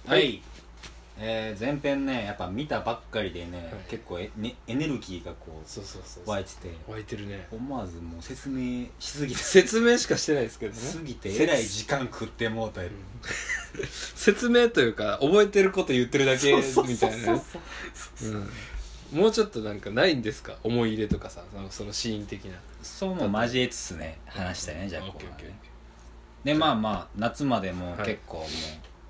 はい、前編ねやっぱ見たばっかりでね、はい、結構エネルギーがこう湧いてて湧いてるね。 思わずもう説明しすぎて説明しかしてないですけどね。 すぎてえらい時間食ってもうたり、 説明というか覚えてること言ってるだけみたいなね。もうちょっとなんかないんですか、思い入れとかさ、そのシーン的な。 そうも交えつつね話したいね、じゃあここはね。でまあまあ夏までも結構もう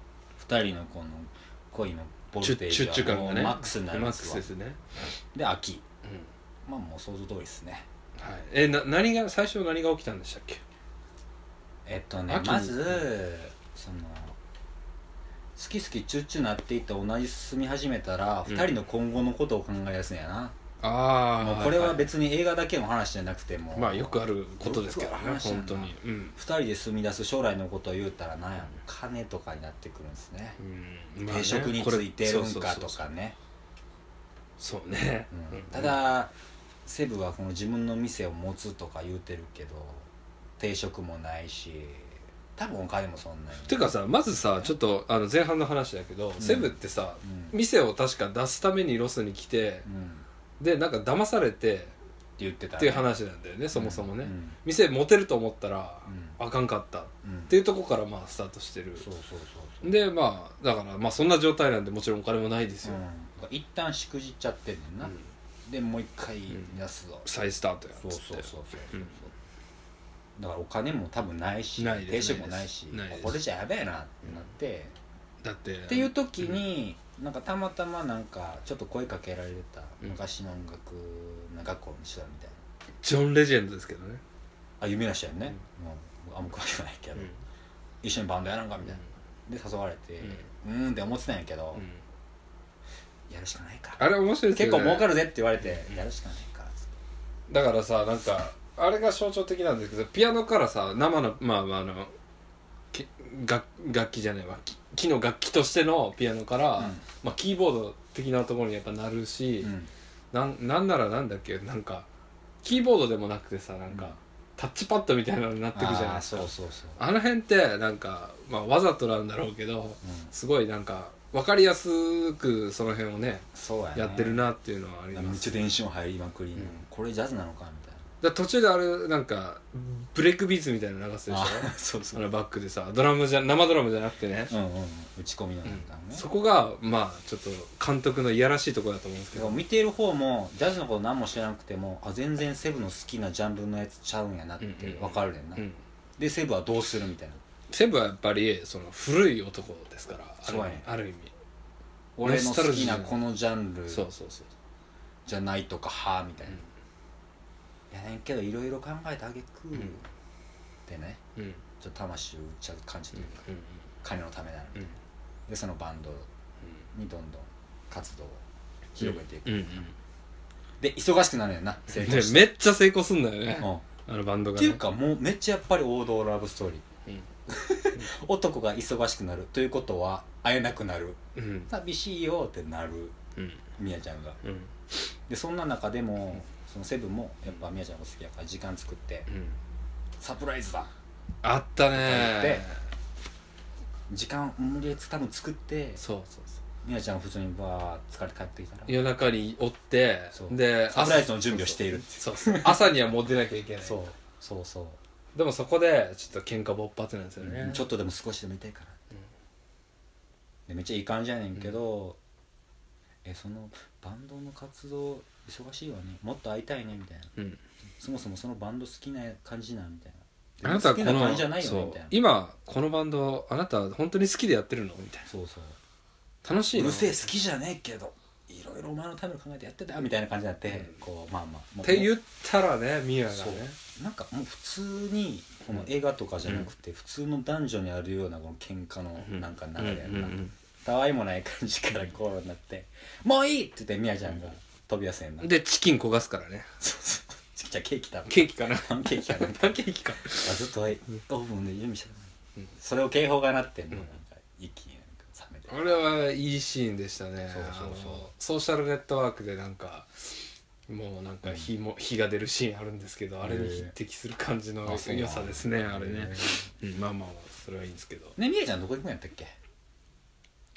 2人のこの恋のボルテージはもうマックスになるんですわ。 マックスですね。 で秋、まあもう想像通りですね。 はい。何が最初何が起きたんでしたっけ。 まずその好き好きチュッチュなっていって同じ住み始めたら、2人の今後のことを考えやすいんやな。もうこれは別に映画だけの話じゃなくても、 まあよくあることですけどね、本当に。 2人で住み出す将来のことを言うたら何や金とかになってくるんですね。定職についてるんかとかね。 そうね。 ただセブはこの自分の店を持つとか言うてるけど定職もないし多分お金もそんなに。 てかさ、まずさ、ちょっと前半の話だけど、セブってさ、店を確か出すためにロスに来て、でなんか騙されてって言ってた、 っていう話なんだよね、そもそもね。店持てると思ったら、あかんかったっていうとこからまあスタートしてる。でまあだからまあそんな状態なんでもちろんお金もないですよ。 一旦しくじっちゃってんねんな。でもう一回出すぞ。 再スタートやっつって。 そうだからお金も多分ないし定職もないし、これじゃやべえなってなって、 だってっていう時になんかたまたまなんかちょっと声かけられた昔の音楽学校の人だみたいな。 ジョン・レジェンドですけどね。 有名な人やんね。あんま詳しくないけど、一緒にバンドやらんかみたいなで誘われてって思ってたんやけど、やるしかないか、 あれ面白いですよね。 結構儲かるぜって言われて、やるしかないか。 だからさ、なんかあれが象徴的なんですけど、ピアノからさ、生の楽器じゃないわ、木の楽器としてのピアノから、キーボード的なところにやっぱなるし、なんならなんだっけ、なんかキーボードでもなくてさ、なんか、タッチパッドみたいなのになってくじゃないですか。あの辺ってなんか、わざとなんだろうけど、すごいなんか分かりやすくその辺をねやってるなっていうのはあります。 めっちゃ電子音入りまくり、これジャズなのかみたいな。 だ途中であれなんかブレイクビーツみたいなの流すでしょ。そうバックでさ、生ドラムじゃなくてね、 打ち込みのなんかね、 そこがまあちょっと監督のいやらしいところだと思うんですけど、 見ている方もジャズのこと何も知らなくても全然セブの好きなジャンルのやつちゃうんやなって分かるねんな。でセブはどうするみたいな。 セブはやっぱりその古い男ですから、ある意味俺の好きなこのジャンルじゃないとかみたいな、やねんけどいろいろ考えてあげくでね、ちょっと魂を売っちゃう感じというか、金のためなのみたいな。でそのバンドにどんどん活動を広げていく、で忙しくなるんやな、成功して。 めっちゃ成功すんだよね、あのバンドがね。 っていうかもうめっちゃやっぱり王道ラブストーリー、男が忙しくなるということは会えなくなる、寂しいよってなる、みやちゃんが、でそんな中でもそのセブンもやっぱみやちゃんが好きやから時間作って、サプライズだあったねって時間無理やり多分作って、みやちゃんが普通にバー疲れて帰ってきたら夜中におって、でサプライズの準備をしているって。 朝にはもう出なきゃいけない。 そうでもそこでちょっと喧嘩勃発なんですよね、 ちょっとでも少しでも痛いから、でめっちゃいい感じやねんけど、そのバンドの活動忙しいわね、もっと会いたいねみたいな、そもそもそのバンド好きな感じなみたいな、 あなたは好きな感じじゃないよねみたいな、 今このバンドあなたは本当に好きでやってるのみたいな、楽しいの、 うるせえ好きじゃねえけどいろいろお前のために考えてやってたよみたいな感じになって、こうって言ったらね、ミヤがね、 なんかもう普通にこの映画とかじゃなくて、普通の男女にあるようなこの喧嘩のなんか流れやな、たわいもない感じからこうなって「もういい!」って言ってみやちゃんが飛び出せんな。 でチキン焦がすからね。 じゃあケーキ食べケーキかな、 パンケーキかなパンケーキかずっとオーブンで準備してた、それを警報が鳴ってもうなんか一気になんか冷めて、 あれはいいシーンでしたね。ソーシャルネットワークでなんかもうなんか火が出るシーンあるんですけど、あれに匹敵する感じの良さですね、あれね。まあそれはいいんですけどね。みやちゃんどこ行くんやったっけ。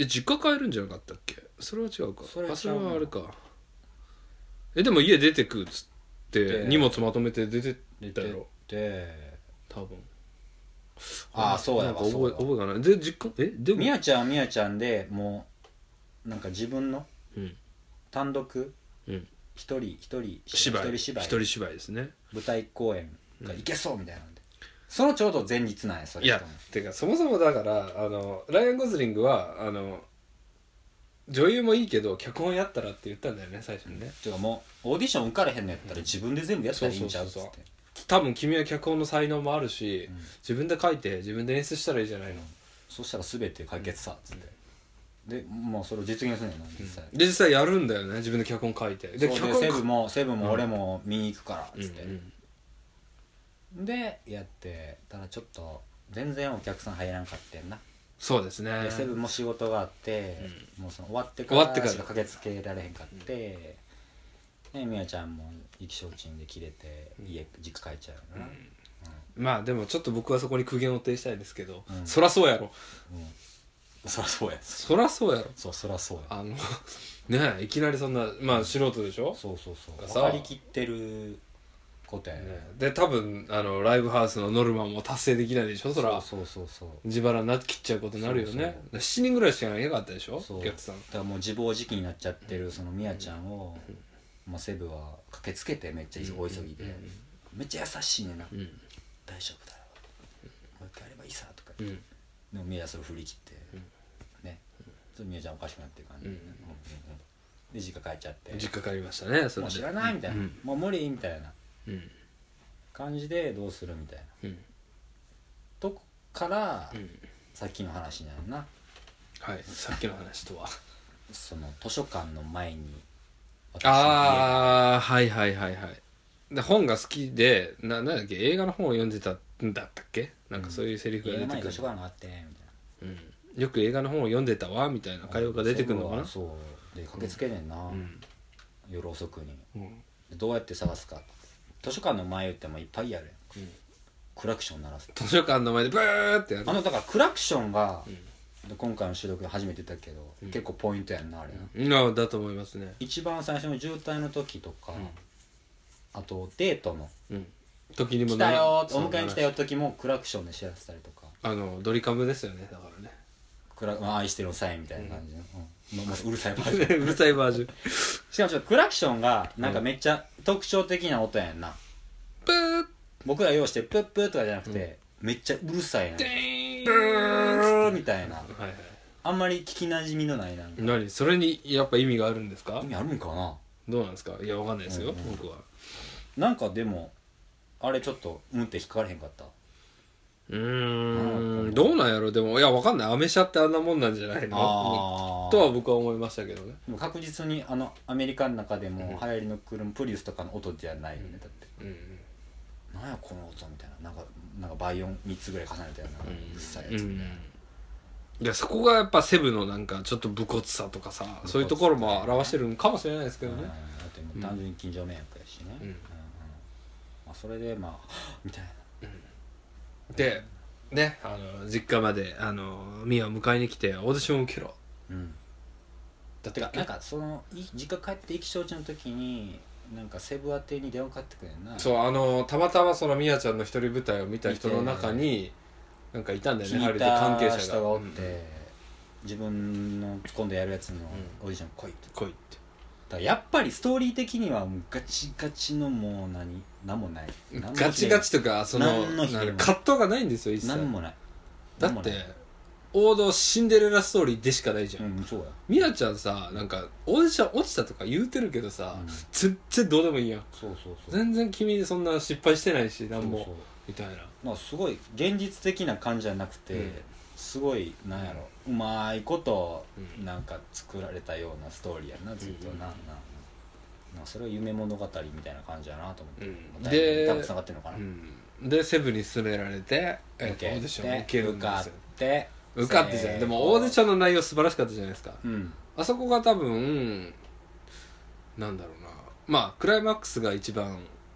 実家帰るんじゃなかったっけ？それは違うか。 それはあれか。でも家出てくっつって荷物まとめて出てったやろ。多分。 ああそうやわ。 覚えがない。で実家でもみやちゃんはみやちゃんでもうなんか自分の単独一人芝居一人芝居ですね。 舞台公演がいけそうみたいなんで、そのちょうど前日なんやそれ。 いやてかそもそもだからライアン・ゴズリングは女優もいいけど脚本やったらって言ったんだよね最初にね。 てかもうオーディション受かれへんのやったら自分で全部やったらいいんちゃうっつって。 多分君は脚本の才能もあるし、自分で書いて自分で演出したらいいじゃないの。 そしたら全て解決さっつって、でもうそれを実現するんやな実際やるんだよね自分で脚本書いて。 でセブも俺も見に行くからっつって、でやってたらちょっと全然お客さん入らんかってんな。 そうですね。 でセブンも仕事があって、もうその終わってからしか駆けつけられへんかって、でみやちゃんも意気消沈で切れて実家帰っちゃうよな、 まあでもちょっと僕はそこに苦言を呈したいですけど、そらそうやろ、 そらそうやそらそうやろそらそうやねえいきなりそんなまあ素人でしょ。 そう分かりきってることやね。 で多分ライブハウスのノルマも達成できないでしょ。そらそう自腹な切っちゃうことになるよね。7人ぐらいしかいなかったでしょお客さん。 だからもう自暴自棄になっちゃってるそのみやちゃんを、セブは駆けつけてめっちゃ大急ぎで、めっちゃ優しいねんな、大丈夫だよもう一回やればいいさとか、でもみやそれ振り切って、ねちょっとみやちゃんおかしくなってる感じで、で実家帰っちゃって、 実家帰りましたね。それでもう知らないみたいな、もう無理みたいな感じでどうするみたいな、とこから、さっきの話なんやな。 はい、さっきの話とはその図書館の前にはいで本が好きでなんだっけ映画の本を読んでたんだったっけ、なんかそういうセリフが出てくる。 図書館があってみたいな、よく映画の本を読んでたわみたいな会話が出てくるのかな。 そうで駆けつけねんな、夜遅くに、どうやって探すか。図書館の前言ってもいっぱいあるやん、クラクション鳴らす。 図書館の前でブーってやる。 だからクラクションが、今回の収録で初めて言ったけど、結構ポイントやんなあれな、 だと思いますね。 一番最初の渋滞の時とか、あとデートの時にも来たよお迎えに来たよ時もクラクションで知らせたりとか、 ドリカムですよねだからね。 愛してるのサインみたいな感じの、うるさいバージョンうるさいバージョンしかもちょっとクラクションがなんかめっちゃ特徴的な音やんな、 プー僕ら用してプップーとかじゃなくて、めっちゃうるさいな、ブーみたいな、あんまり聞きなじみのないなんか。 何それにやっぱ意味があるんですか？ 意味あるんかな。 どうなんですか？いやわかんないですよ、僕は。 なんかでもあれちょっとって引っかかれへんかった。 どうなんやろ。でもいやわかんない。アメ車ってあんなもんなんじゃないのとは僕は思いましたけどね。 でも確実にアメリカの中でも流行りの車、プリウスとかの音じゃないよね、だって、なんやこの音みたいな、なんか倍音3つぐらい重ねたようなうっさいやつ、 いやそこがやっぱセブのなんかちょっと武骨さとかさ、そういうところも表してるのかもしれないですけどね。 だってもう単純に近所迷惑やしね、それでみたいな、 でね実家までミアを迎えに来てオーディションを受けろ、 だってなんかその実家帰って意気消沈の時になんかセブ宛てに電話かかってくれんな。 そうたまたまそのミアちゃんの一人舞台を見た人の中になんかいたんだよね、 聞いた人がおって、自分の今度やるやつのオーディション来いって。だからやっぱりストーリー的にはガチガチのもう何もない。 ガチガチとかその葛藤がないんですよ一切。 何もない。 だって王道シンデレラストーリーでしかないじゃん。 そうや。 ミヤちゃんさなんかオーディション落ちたとか言うてるけどさ、全然どうでもいいやん。 そう全然君そんな失敗してないし何もみたいな。 まあすごい現実的な感じじゃなくて、すごいなんやろうまいことなんか作られたようなストーリーやなずっとな。それは夢物語みたいな感じやなと思って。で多分繋がってるのかな。 でセブに勧められてオーディションを受けるんですよ。受かってじゃん。でもオーディションの内容素晴らしかったじゃないですか、あそこが多分なんだろうな、まあクライマックスが一番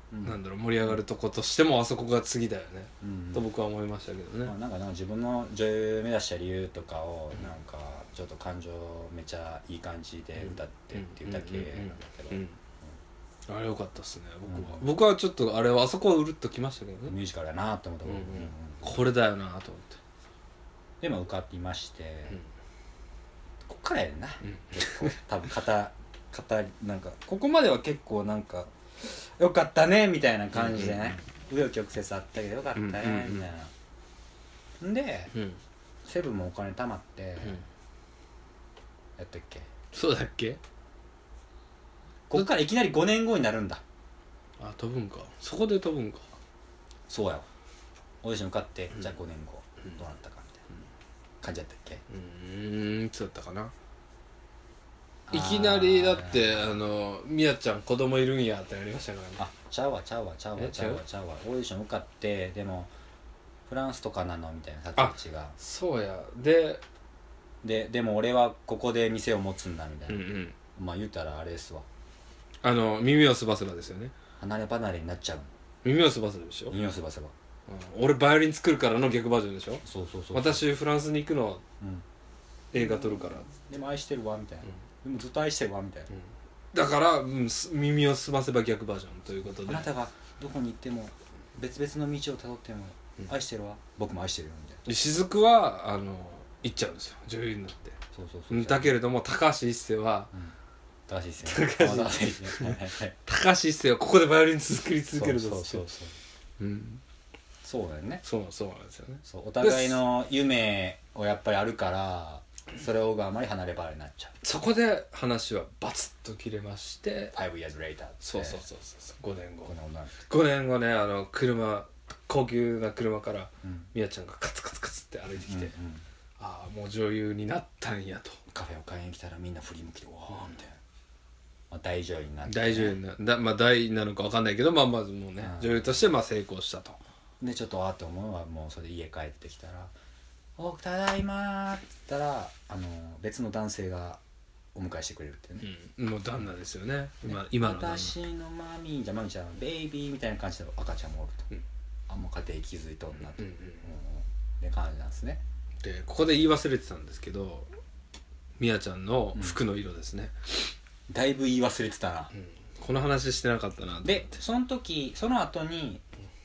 なんだろう盛り上がるとことしてもあそこが次だよね、と僕は思いましたけどね。 なんか自分の女優目指した理由とかをなんかちょっと感情めちゃいい感じで歌ってっていうだけなんだけど、 あれ良かったっすね僕はちょっとあそこはうるっときましたけどね。 ミュージカルやなって思った、 これだよなと思って。 でも受かっていまして、こっからやねんな、結構多分なんかここまでは結構なんかよかったねみたいな感じでね、紆余曲折あったけどよかったねみたいな。んで、セブンもお金貯まって、やったっけ。 そうだっけ。 こっからいきなり5年後になるんだ。 あ、飛ぶんか。そこで飛ぶんか。 そうやわ。オーディション受かって、じゃあ5年後どうなったかみたいな感じやったっけ。 いつだったかな。いきなりだってみやちゃん子供いるんやってなりましたからね。 あ、ちゃうわオーディション受かってでもフランスとかなのみたいな立ち位置が。 そうや。 でも俺はここで店を持つんだみたいな、まあ言うたらあれですわ、 耳をすばせばですよね。 離れ離れになっちゃう。 耳をすばせばでしょ。 耳をすばせば、 俺バイオリン作るからの逆バージョンでしょ。 そう私フランスに行くの、映画撮るから、 でも愛してるわみたいな、でもずっと愛してるわみたいな、だから、耳をすませば逆バージョンということで、 あなたがどこに行っても別々の道をたどっても愛してるわ、僕も愛してるよみたいな。 で雫は行っちゃうんですよ、女優になって。 そうだけれども高橋一生は、 高橋一生はここでバイオリン作り続けるぞ。 そうだよね。 そうなんですよね。 お互いの夢をやっぱりあるからそれをあまり離れ離れになっちゃう。 そこで話はバツッと切れまして、 5 years later そう5年後ね、高級な車からみやちゃんがカツカツカツって歩いてきて、ああもう女優になったんやと。 カフェを買いに来たらみんな振り向きでわーみたいな、大女優になって、 大女優大なのか分かんないけど、まずもうね、女優として成功したと。 でちょっとって思うのはもうそれで家帰ってきたら「おただいま」って言ったら別の男性がお迎えしてくれるっていうね、もう旦那ですよね、今の私のマミーちゃんベイビーみたいな感じで赤ちゃんもおると、もう家庭築いとんなと、って感じなんですね。 でここで言い忘れてたんですけど、みやちゃんの服の色ですね、 だいぶ言い忘れてたな、 この話してなかったな。 でその後に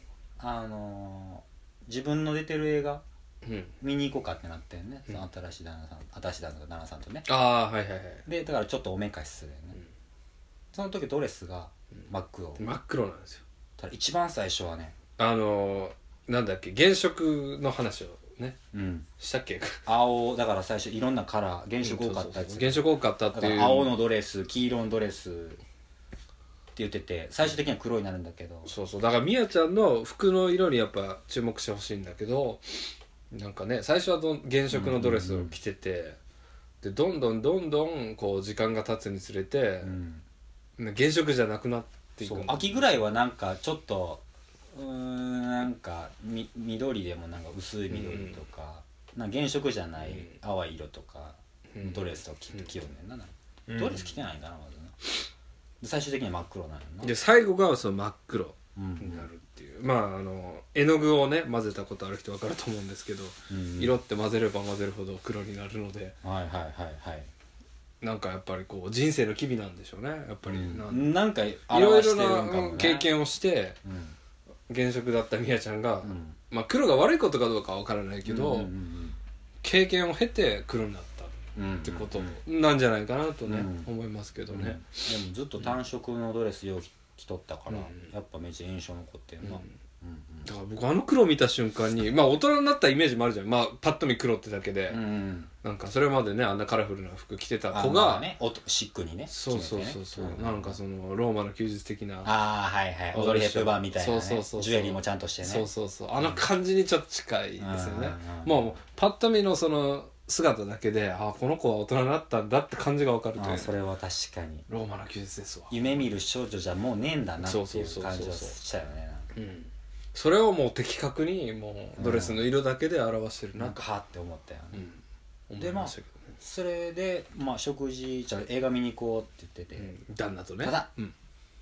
自分の出てる映画、見に行こうかってなってんね、その新しい旦那さんとね。でだからちょっとおめかしするよね、その時ドレスが真っ黒なんですよ。 ただ一番最初はねなんだっけ、原色の話をね、したっけ。 青だから最初いろんなカラー原色多かったやつ、 原色多かったっていう、 青のドレス黄色のドレスって言ってて、最終的には黒になるんだけど、 だからみやちゃんの服の色にやっぱ注目してほしいんだけど、なんかね最初は原色のドレスを着てて、でどんどんこう時間が経つにつれて、原色じゃなくなっていく。 秋ぐらいはなんかちょっとなんか緑でもなんか薄い緑とか、なんか原色じゃない淡い色とかドレスとか着ようねんな、ドレス着てないかなまずな。最終的には真っ黒なんやな。 で最後がその真っ黒になるっていう、絵の具をね混ぜたことある人分かると思うんですけど、色って混ぜれば混ぜるほど黒になるので、なんかやっぱりこう人生の機微なんでしょうね、やっぱり、 なんかいろいろな経験をして、原色だったみやちゃんが、黒が悪いことかどうかは分からないけど、経験を経て黒になったってことなんじゃないかなとね、思いますけどね。 でもずっと単色のドレスよう着とったから、やっぱめっちゃ印象残ってるな。 だから僕黒見た瞬間に、大人になったイメージもあるじゃん、パッと見黒ってだけで、なんかそれまでねあんなカラフルな服着てた子が、 シックにね、 そうなんかそのローマの休日的な、 オードリー・ヘップバーンみたいなね、ジュエリーもちゃんとしてね、 あの感じにちょっと近いですよね。もうパッと見のその姿だけで、この子は大人になったんだって感じが分かるという。 それは確かにローマの休日ですわ。 夢見る少女じゃもうねえんだなっていう感じはしたよね。 それをもう的確にもうドレスの色だけで表してるな、 なんかはって思ったよね。でそれで食事じゃ映画見に行こうって言ってて、 旦那とね。 ただ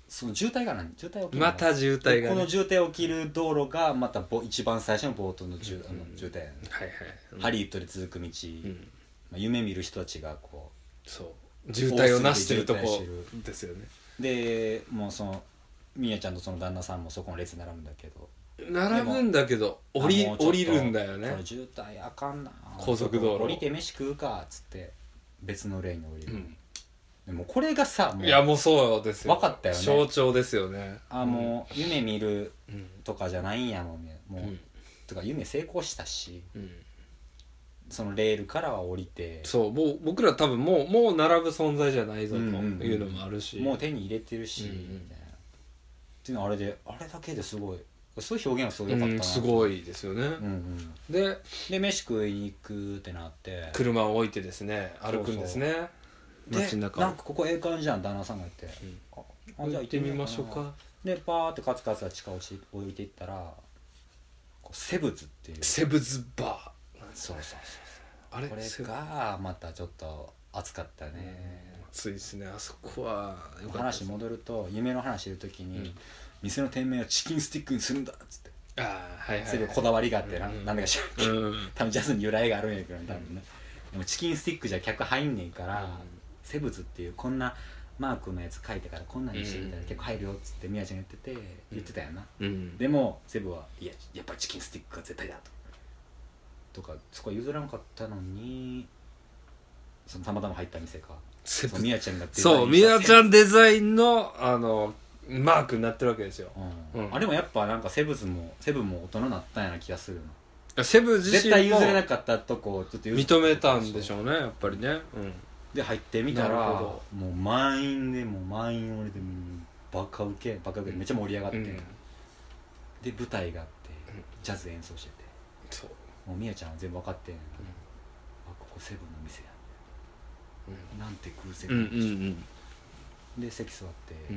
その渋滞が何渋滞起きるまた渋滞が、ね、 この渋滞起きる道路がまた一番最初の冒頭の渋滞やね、 はいはい、 ハリウッドで続く道、まあ、夢見る人たちがこうそう渋滞をなしてるとこですよね。 でもうそのみやちゃんとその旦那さんもそこの列に並ぶんだけど並ぶんだけど降りるんだよね。 この渋滞あかんな高速道路降りて飯食うかっつって別のレーンに降りる、でもこれがさもういやもうそうですよ分かったよね象徴ですよね。 もう夢見るとかじゃないんやもんねもう、とか夢成功したし、そのレールからは降りてそうもう僕ら多分もう並ぶ存在じゃないぞというのもあるし、 もう手に入れてるし、みたいなっていうのはあれだけですごいそういう表現はすごい良かったな、 すごいですよね、 で飯食いに行くってなって車を置いてですね歩くんですね。 街の中なんかここええ感じじゃん旦那さんが言って、 じゃあ行ってみましょうか。 でパーってカツカツが近置いていったらセブズっていうセブズバー、 そうあれこれがまたちょっと熱かったね。 熱いですねあそこは。 話戻ると夢の話してる時に、店の店名はチキンスティックにするんだっつって、それこだわりがあってなんでか知らんけど、多分ジャズに由来があるんやけど多分ね、でもチキンスティックじゃ客入んねんから、セブズっていうこんなマークのやつ書いてからこんなにしてみたら結構入るよっつってみやちゃん言ってたよな、でもセブはいややっぱりチキンスティックが絶対だとかそこは譲らなかったのにそのたまたま入った店かみやちゃんがデザインそうみやちゃんデザインのマークになってるわけですよ、 あれもやっぱなんかセブも大人になったんやな気がするな。セブ自身も絶対譲れなかったとこちょっと認めたんでしょうねやっぱりね、 で入ってみたらもう満員でもう満員俺でもバカウケでめっちゃ盛り上がって、で舞台があって、ジャズ演奏しててそうもうみやちゃんは全部分かってん、ここセブンの店や、なんて偶然で席座って、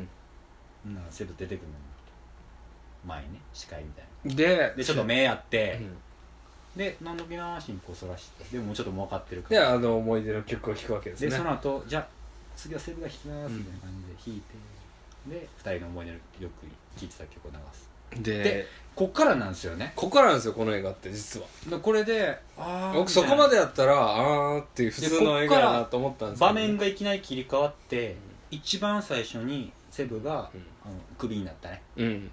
セブン出てくるの前にね司会みたいなでちょっと目やって、で何の気なしにこうそらしてでももうちょっともう分かってるからで思い出の曲を弾くわけですね。 でその後じゃあ次はセブが弾きますみたいな感じで弾いて、で2人の思い出のよく聴いてた曲を流すでこっからなんですよね。 こっからなんですよこの映画って実は。 これで僕そこまでやったらっていう普通の映画やなと思ったんですけど、 場面がいきなり切り替わって、一番最初にセブが、クビになったね、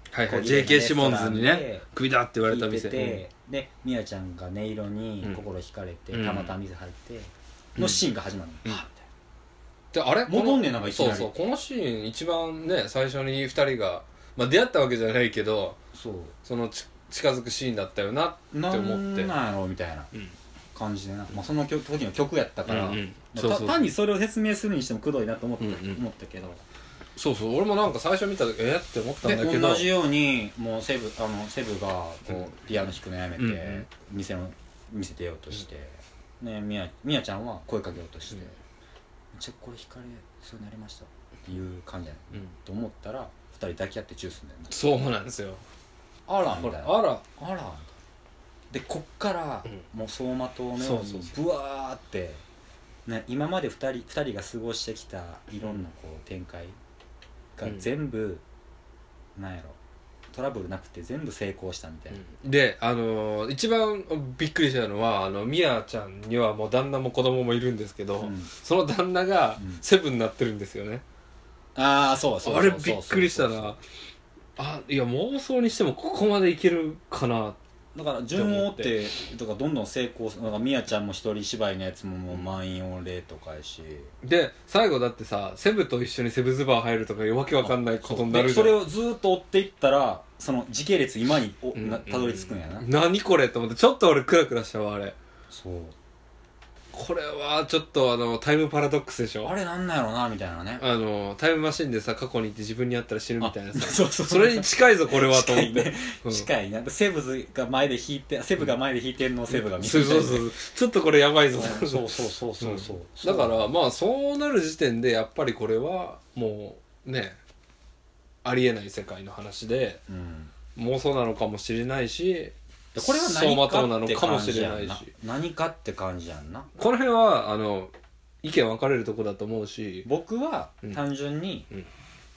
JK シモンズにねクビだって言われた店でみやちゃんが音色に心惹かれて、たまたま店入ってのシーンが始まるの、 であれ戻んねんなんかいきなりそうこのシーン一番ね最初に2人が、出会ったわけじゃないけどその近づくシーンだったよなって思ってなんやろみたいな感じでな、その時の曲やったから、単にそれを説明するにしてもくどいなと思ったけど、 俺もなんか最初見た時って思ったんだけど、 同じようにもうセブがこうピアノ弾くのやめて店出ようとして、みやちゃんは声かけようとして、めっちゃこれ弾かれそうになりましたっていう感じやね、と思ったら2人抱き合ってチューすんだよね。 そうなんですよ。 あらみたいな、 あらでこっからもう走馬灯のようにブワーって、今まで2人が過ごしてきたいろんなこう展開が全部、なんやろトラブルなくて全部成功したみたいな、 で一番びっくりしたのはみやちゃんにはもう旦那も子供もいるんですけど、その旦那がセブンになってるんですよね、 そうあれびっくりしたな。いや妄想にしてもここまでいけるかな。 だから順を追ってとかどんどん成功する。だからみやちゃんも一人芝居のやつももう満員御礼とかやし、 で最後だってさセブと一緒にセブズバー入るとかわけわかんないことになるじゃん。それをずっと追っていったらその時系列今にたどり着くんやな、 何これと思ってちょっと俺クラクラしたわあれ。 そうこれはちょっとタイムパラドックスでしょ。 あれなんなんやろなみたいなね。 タイムマシンでさ過去に行って自分に会ったら死ぬみたいなさ、それに近いぞこれはと思って。 近いな。セブが前で弾いてんのをセブが見てそうちょっとこれやばいぞ。 そうだからそうなる時点でやっぱりこれはもうねありえない世界の話で、妄想なのかもしれないし、 これは何かって感じやんな。 何かって感じやんな。 この辺は意見分かれるとこだと思うし、 僕は単純に、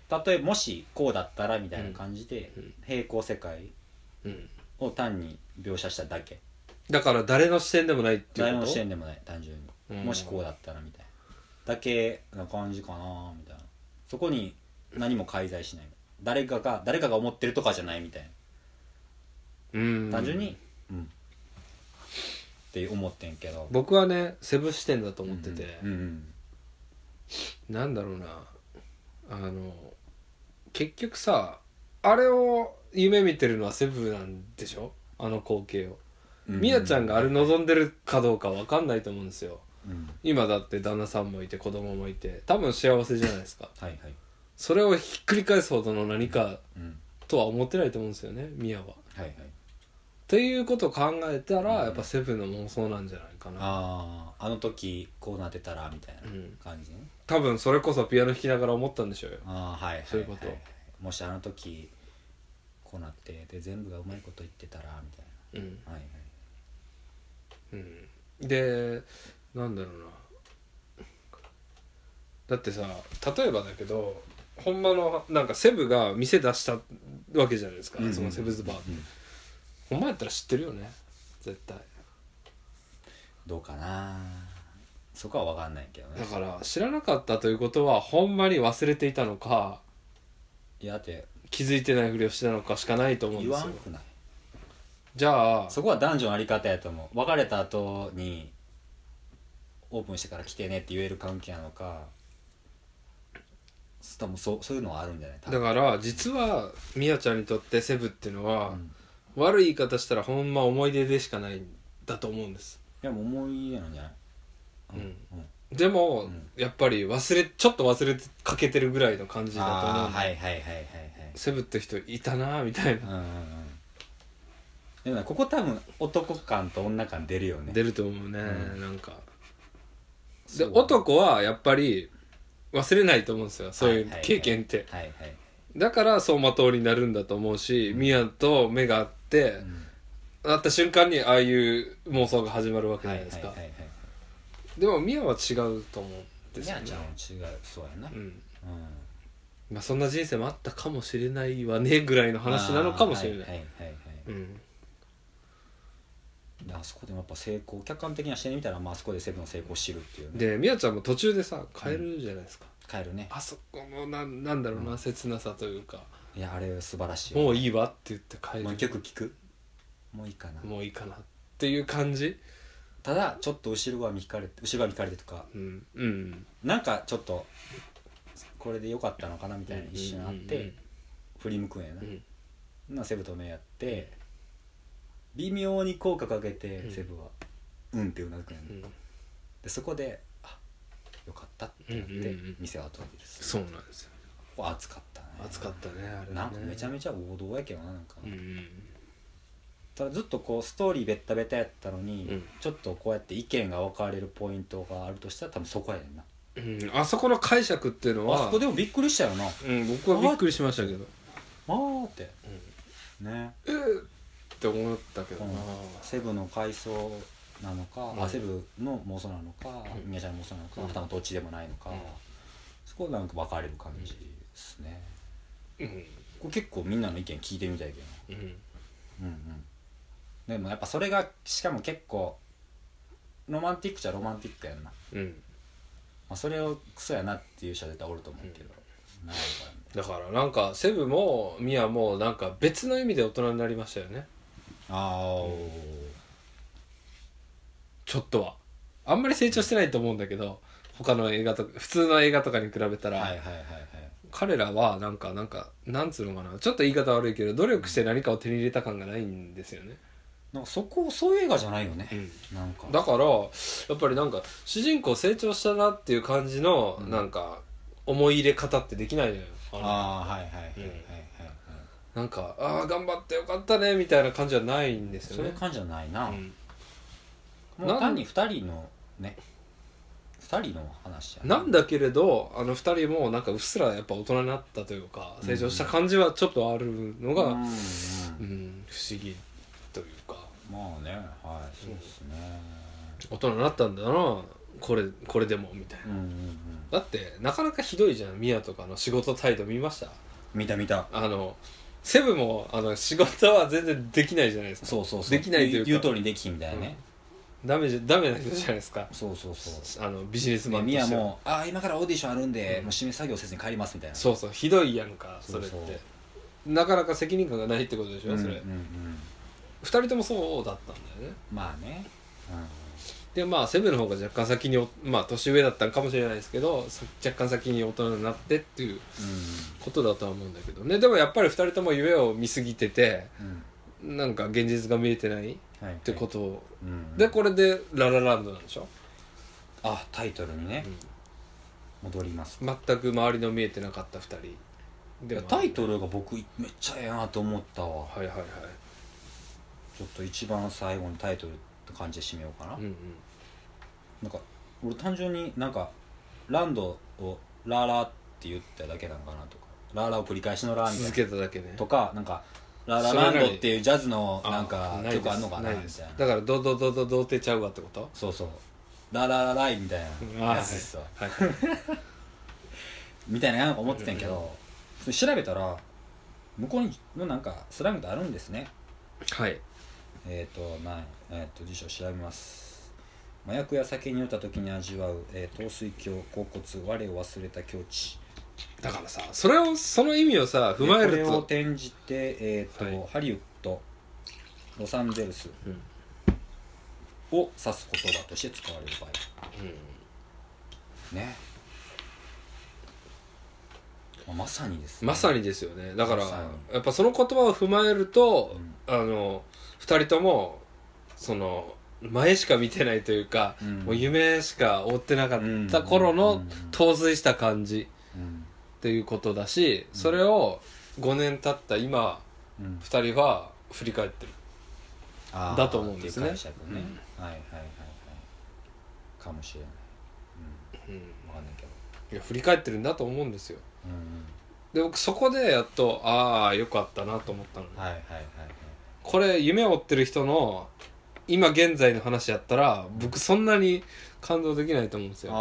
例えばもしこうだったらみたいな感じで、平行世界を単に描写しただけ。 だから誰の視点でもないっていうこと？ 誰の視点でもない、単純に、もしこうだったらみたいなだけな感じかなみたいな。そこに何も介在しない、誰かが思ってるとかじゃないみたいな、単純にって思ってんけど、 僕はねセブ視点だと思ってて、なんだろうな、結局さ、あれを夢見てるのはセブなんでしょ、あの光景を。みやちゃんがあれ望んでるかどうか分かんないと思うんですよ、今だって旦那さんもいて子供もいて多分幸せじゃないですかはい、はい、それをひっくり返すほどの何かとは思ってないと思うんですよね、みやは。はいはい。っていうことを考えたら、やっぱセブンの妄想なんじゃないかな。 あの時こうなってたらみたいな感じね、 多分それこそピアノ弾きながら思ったんでしょうよ。 はいはい、 そういうこと、 もしあの時こうなってで全部がうまいこと言ってたらみたいな、はいはい、 でなんだろうな、だってさ、例えばだけどほんまのなんかセブが店出したわけじゃないですか、そのセブズバーって、ほんまやったら知ってるよね絶対。 どうかな、そこは分かんないけどね。 だから知らなかったということはほんまに忘れていたのか、 いやだって気づいてないふりをしてたのかしかないと思うんですよ。 言わんくない？ じゃあそこは男女のあり方やと思う。別れた後にオープンしてから来てねって言える関係なのか、多分そういうのはあるんじゃない？ だから実はみやちゃんにとってセブっていうのは、悪い言い方したらほんま思い出でしかないんだと思うんです。 いやもう思い出なんじゃない？ でも、やっぱりちょっと忘れかけてるぐらいの感じだと思うんだ。 はいはいはいはいはい。 セブって人いたなみたいな。 でもここ多分男感と女感出るよね。 出ると思うね、なんか。で男はやっぱり忘れないと思うんですよ、そういう経験って。だから走馬灯になるんだと思うし、ミヤと目が合って、会った瞬間にああいう妄想が始まるわけじゃないですか。でもミヤは違うと思うんですよね。 ミヤちゃんは違う、そうやな。 まあそんな人生もあったかもしれないわねぐらいの話なのかもしれない。 あそこでもやっぱ成功、客観的な視点で見たら、あそこでセブンの成功を知るっていうね。 でミヤちゃんも途中でさ帰るじゃないですか、 帰るね。 あそこのなんだろうな、切なさというか、 いやあれ素晴らしい。 もういいわって言って帰る。 もう曲聴く、もういいかなっていう感じ。 ただちょっと後ろ側見引かれてとか、なんかちょっとこれで良かったのかなみたいな一瞬あって、振り向くんやな、セブと目やって微妙に口角かけて、セブはってうなずくんやな、でそこでよかったってなって店を後にする。 そうなんですよ。 熱かったね。 熱かったねあれね。 なんかめちゃめちゃ王道やけどな、なんか、ただずっとこうストーリーベッタベタやったのに、ちょっとこうやって意見が分かれるポイントがあるとしたら多分そこやねんな、 あそこの解釈っていうのはあそこでもびっくりしたよな。 僕はびっくりしましたけど、 って、ねって思ったけどな、 セブの回想なのか、セブの妄想なのか、みやちゃんの妄想なのか、多分どっちでもないのか、そこなんか分かれる感じですね。これ結構みんなの意見聞いてみたいけど、でもやっぱそれがしかも結構ロマンティックじゃロマンティックやんな、それをクソやなっていう人は絶対おると思うけど、 だからなんかセブもミヤもなんか別の意味で大人になりましたよね。ちょっとはあんまり成長してないと思うんだけど、他の映画とか普通の映画とかに比べたら、彼らはなんかなんつうのかな、ちょっと言い方悪いけど努力して何かを手に入れた感がないんですよね。 なんかそういう映画じゃないよね、なんかだからやっぱりなんか主人公成長したなっていう感じのなんか思い入れ方ってできないのよ。なんか頑張ってよかったねみたいな感じはないんですよね。 そういう感じじゃないな、もう単に2人の話やなんだけれど、あの2人もなんかうっすらやっぱ大人になったというか成長した感じはちょっとあるのが不思議というか、 まあね、そうですね、 大人になったんだなここれでもみたいな、だってなかなかひどいじゃん。ミヤとかの仕事態度見ました？ 見たセブも仕事は全然できないじゃないですか。 そうできないというか言う通りにできひんみたいなね、 ダメな人じゃないですか。 そうビジネスマンとミしてはヤも今からオーディションあるんで、もう締め作業せずに帰りますみたいな。 そうひどいやんかそれって。なかなか責任感がないってことでしょ、それ。2人ともそうだったんだよね。 まあね、 でセブンの方が若干先に年上だったんかもしれないですけど、若干先に大人になってっていうことだとは思うんだけどね。でもやっぱり2人とも夢を見すぎてて、なんか現実が見えてないってことで、これでララランドなんでしょ。 タイトルにね、戻ります。 全く周りの見えてなかった2人で、 タイトルが僕めっちゃええなと思ったわ。 はいはいはい。 ちょっと一番最後にタイトルって感じで締めようかな。なんか俺単純になんかランドをラーラーって言っただけなのかなとか、ラーラーを繰り返しのラーみたいな続けただけねとか、なんかララランドっていうジャズのなんか曲あんのかなみたいな。 だからドドドドドってちゃうわってこと？ そうラララライみたいなやつですわ、みたいななんか思ってたんやけど、それ調べたら向こうにのなんかスラングってあるんですね。 はい。 辞書調べます。麻薬や酒に酔った時に味わう、陶水郷、恍惚、我を忘れた境地。 だからさ、その意味をさ踏まえると、 これを転じて、ハリウッド、ロサンゼルスを指す言葉として使われる場合、ね、まさにですね。 まさにですよね。だからやっぱその言葉を踏まえると、2人ともその前しか見てないというか、もう夢しか追ってなかった頃の陶酔した感じっていうことだし、それを5年経った今、2人は振り返ってるだと思うんですね。 解釈ね、かもしれない、分かんないけど、 いや振り返ってるんだと思うんですよ。で僕そこでやっとよかったなと思ったの、これ夢を追ってる人の今現在の話やったら僕そんなに感動できないと思うんですよ。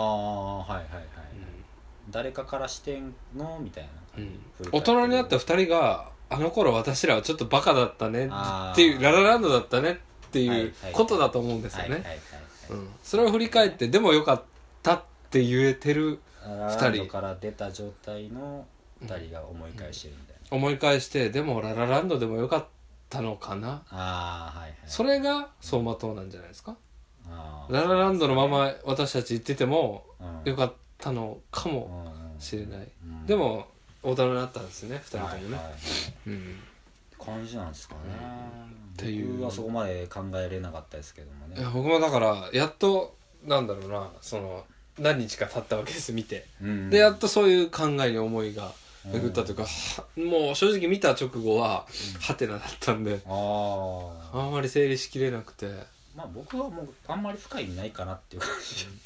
誰かから視点のみたいな、 大人になった2人があの頃私らはちょっとバカだったねっていう、ララランドだったねっていうことだと思うんですよね。それを振り返ってでもよかったって言えてる2人、ララランドから出た状態の2人が思い返してるみたいな、 思い返してでもララランドでもよかったのかな、それが走馬灯なんじゃないですか。ララランドのまま私たち行っててもよかったのかもしれない、でも大人になったんですね2人ともね、 感じなんですかね、 っていう。 僕はそこまで考えれなかったですけどもね。 いや僕もだからやっとなんだろうな、その何日か経ったわけです見て、でやっとそういう考えに思いが巡ったというか、もう正直見た直後はハテナだったんで、あんまり整理しきれなくて、 僕はもうあんまり深い意味ないかなっていう感じだった、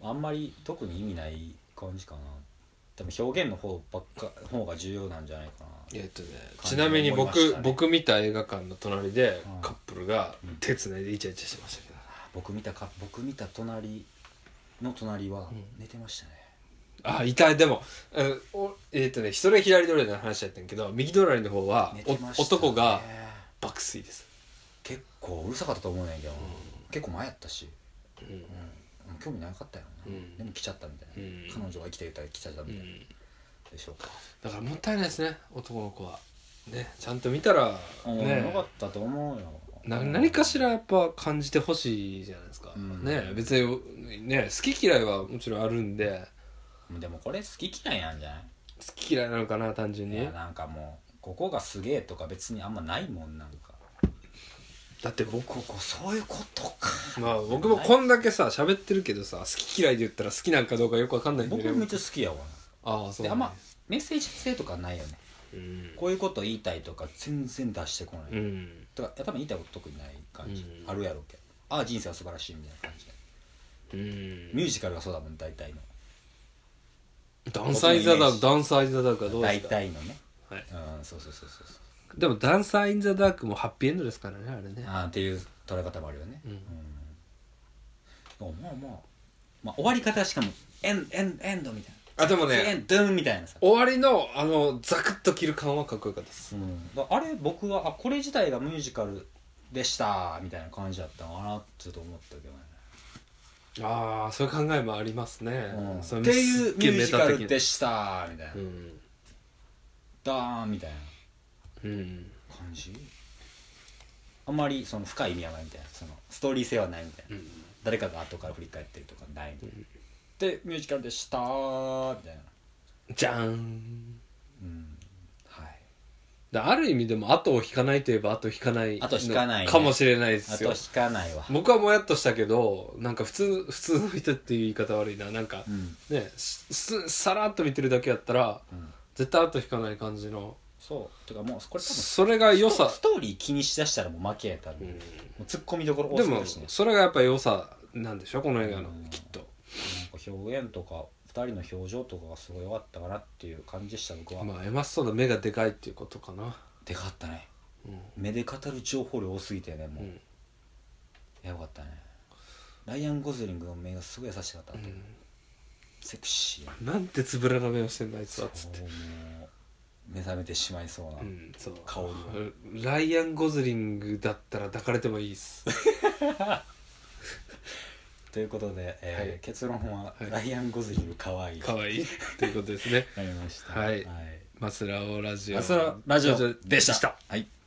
あんまり特に意味ない感じかな。多分表現の方が重要なんじゃないかな。 ちなみに僕見た映画館の隣でカップルが手つないでイチャイチャしてましたけど、 僕見た隣は寝てましたね。 いた。でも一人左隣の話やったんやけど、右隣の方は男が爆睡です。 結構うるさかったと思うんやけど、結構前やったし、興味なかったよな、でも来ちゃったみたいな、彼女が生きていたら来ちゃったみたいな、でしょうか。 だからもったいないですね、男の子はね。ちゃんと見たらね、 よかったと思うよ。 何かしらやっぱ感じてほしいじゃないですか、ね。別にね好き嫌いはもちろんあるんで、 でもこれ好き嫌いなんじゃない？ 好き嫌いなのかな単純に。 いやなんかもうここがすげえとか別にあんまないもん。なんかだって僕そういうことか。 僕もこんだけさ喋ってるけどさ、好き嫌いで言ったら好きなんかどうかよくわかんないんで、ね、 僕めっちゃ好きやわ。 そう、 であんまメッセージ性とかないよね、こういうこと言いたいとか全然出してこない、だから多分言いたいこと特にない感じ、あるやろうけど、人生は素晴らしいみたいな感じで、ミュージカルがそうだもん大体の。 ダンサーインザダークはどうですか。 大体のね、そうでもダンサーインザダークもハッピーエンドですからね、あれね。 っていう捉え方もあるよね。まあまあ、終わり方はしかもエンドみたいな、 でもねエンドゥンみたいなさ、 終わりのザクッと切る感はかっこよかったです、 あれ僕はこれ自体がミュージカルでしたみたいな感じだったのかなってちょっと思ったけどね。 そういう考えもありますね、 っていうミュージカルでしたみたいな、ダーンみたいな感じ、あんまりその深い意味はないみたいな、そのストーリー性はないみたいな、誰かが後から振り返ってるとかないみたいな、でミュージカルでしたみたいな、 じゃーん、 はい。 ある意味でも後を引かないといえば後引かないかもしれないですよ。 後引かないわ。 僕はもやっとしたけど、なんか普通の人っていう言い方悪いな、なんか、ねさらっと見てるだけやったら、絶対後引かない感じの。 そうてかもうこれ多分それが良さ。 ストーリー気にしだしたらもう負けやったら、もうツッコミどころ多すぎるしね。 でもそれがやっぱ良さなんでしょこの映画の、きっと。 なんか表現とか2人の表情とかがすごい良かったかなっていう感じでした。僕はエマストーンの目がでかいっていうことかな。 でかかったね、目で語る情報量多すぎてね、もう、よかったね。ライアン・ゴズリングの目がすごい優しかった、セクシーなんてつぶらな目をしてんだあいつはっつって、 もう目覚めてしまいそうな香りは、ライアン・ゴズリングだったら抱かれてもいいっすということで、結論は、ライアン・ゴズリングかわいいかわいいということですねありました。 はい、マスラオラジオでした。はい。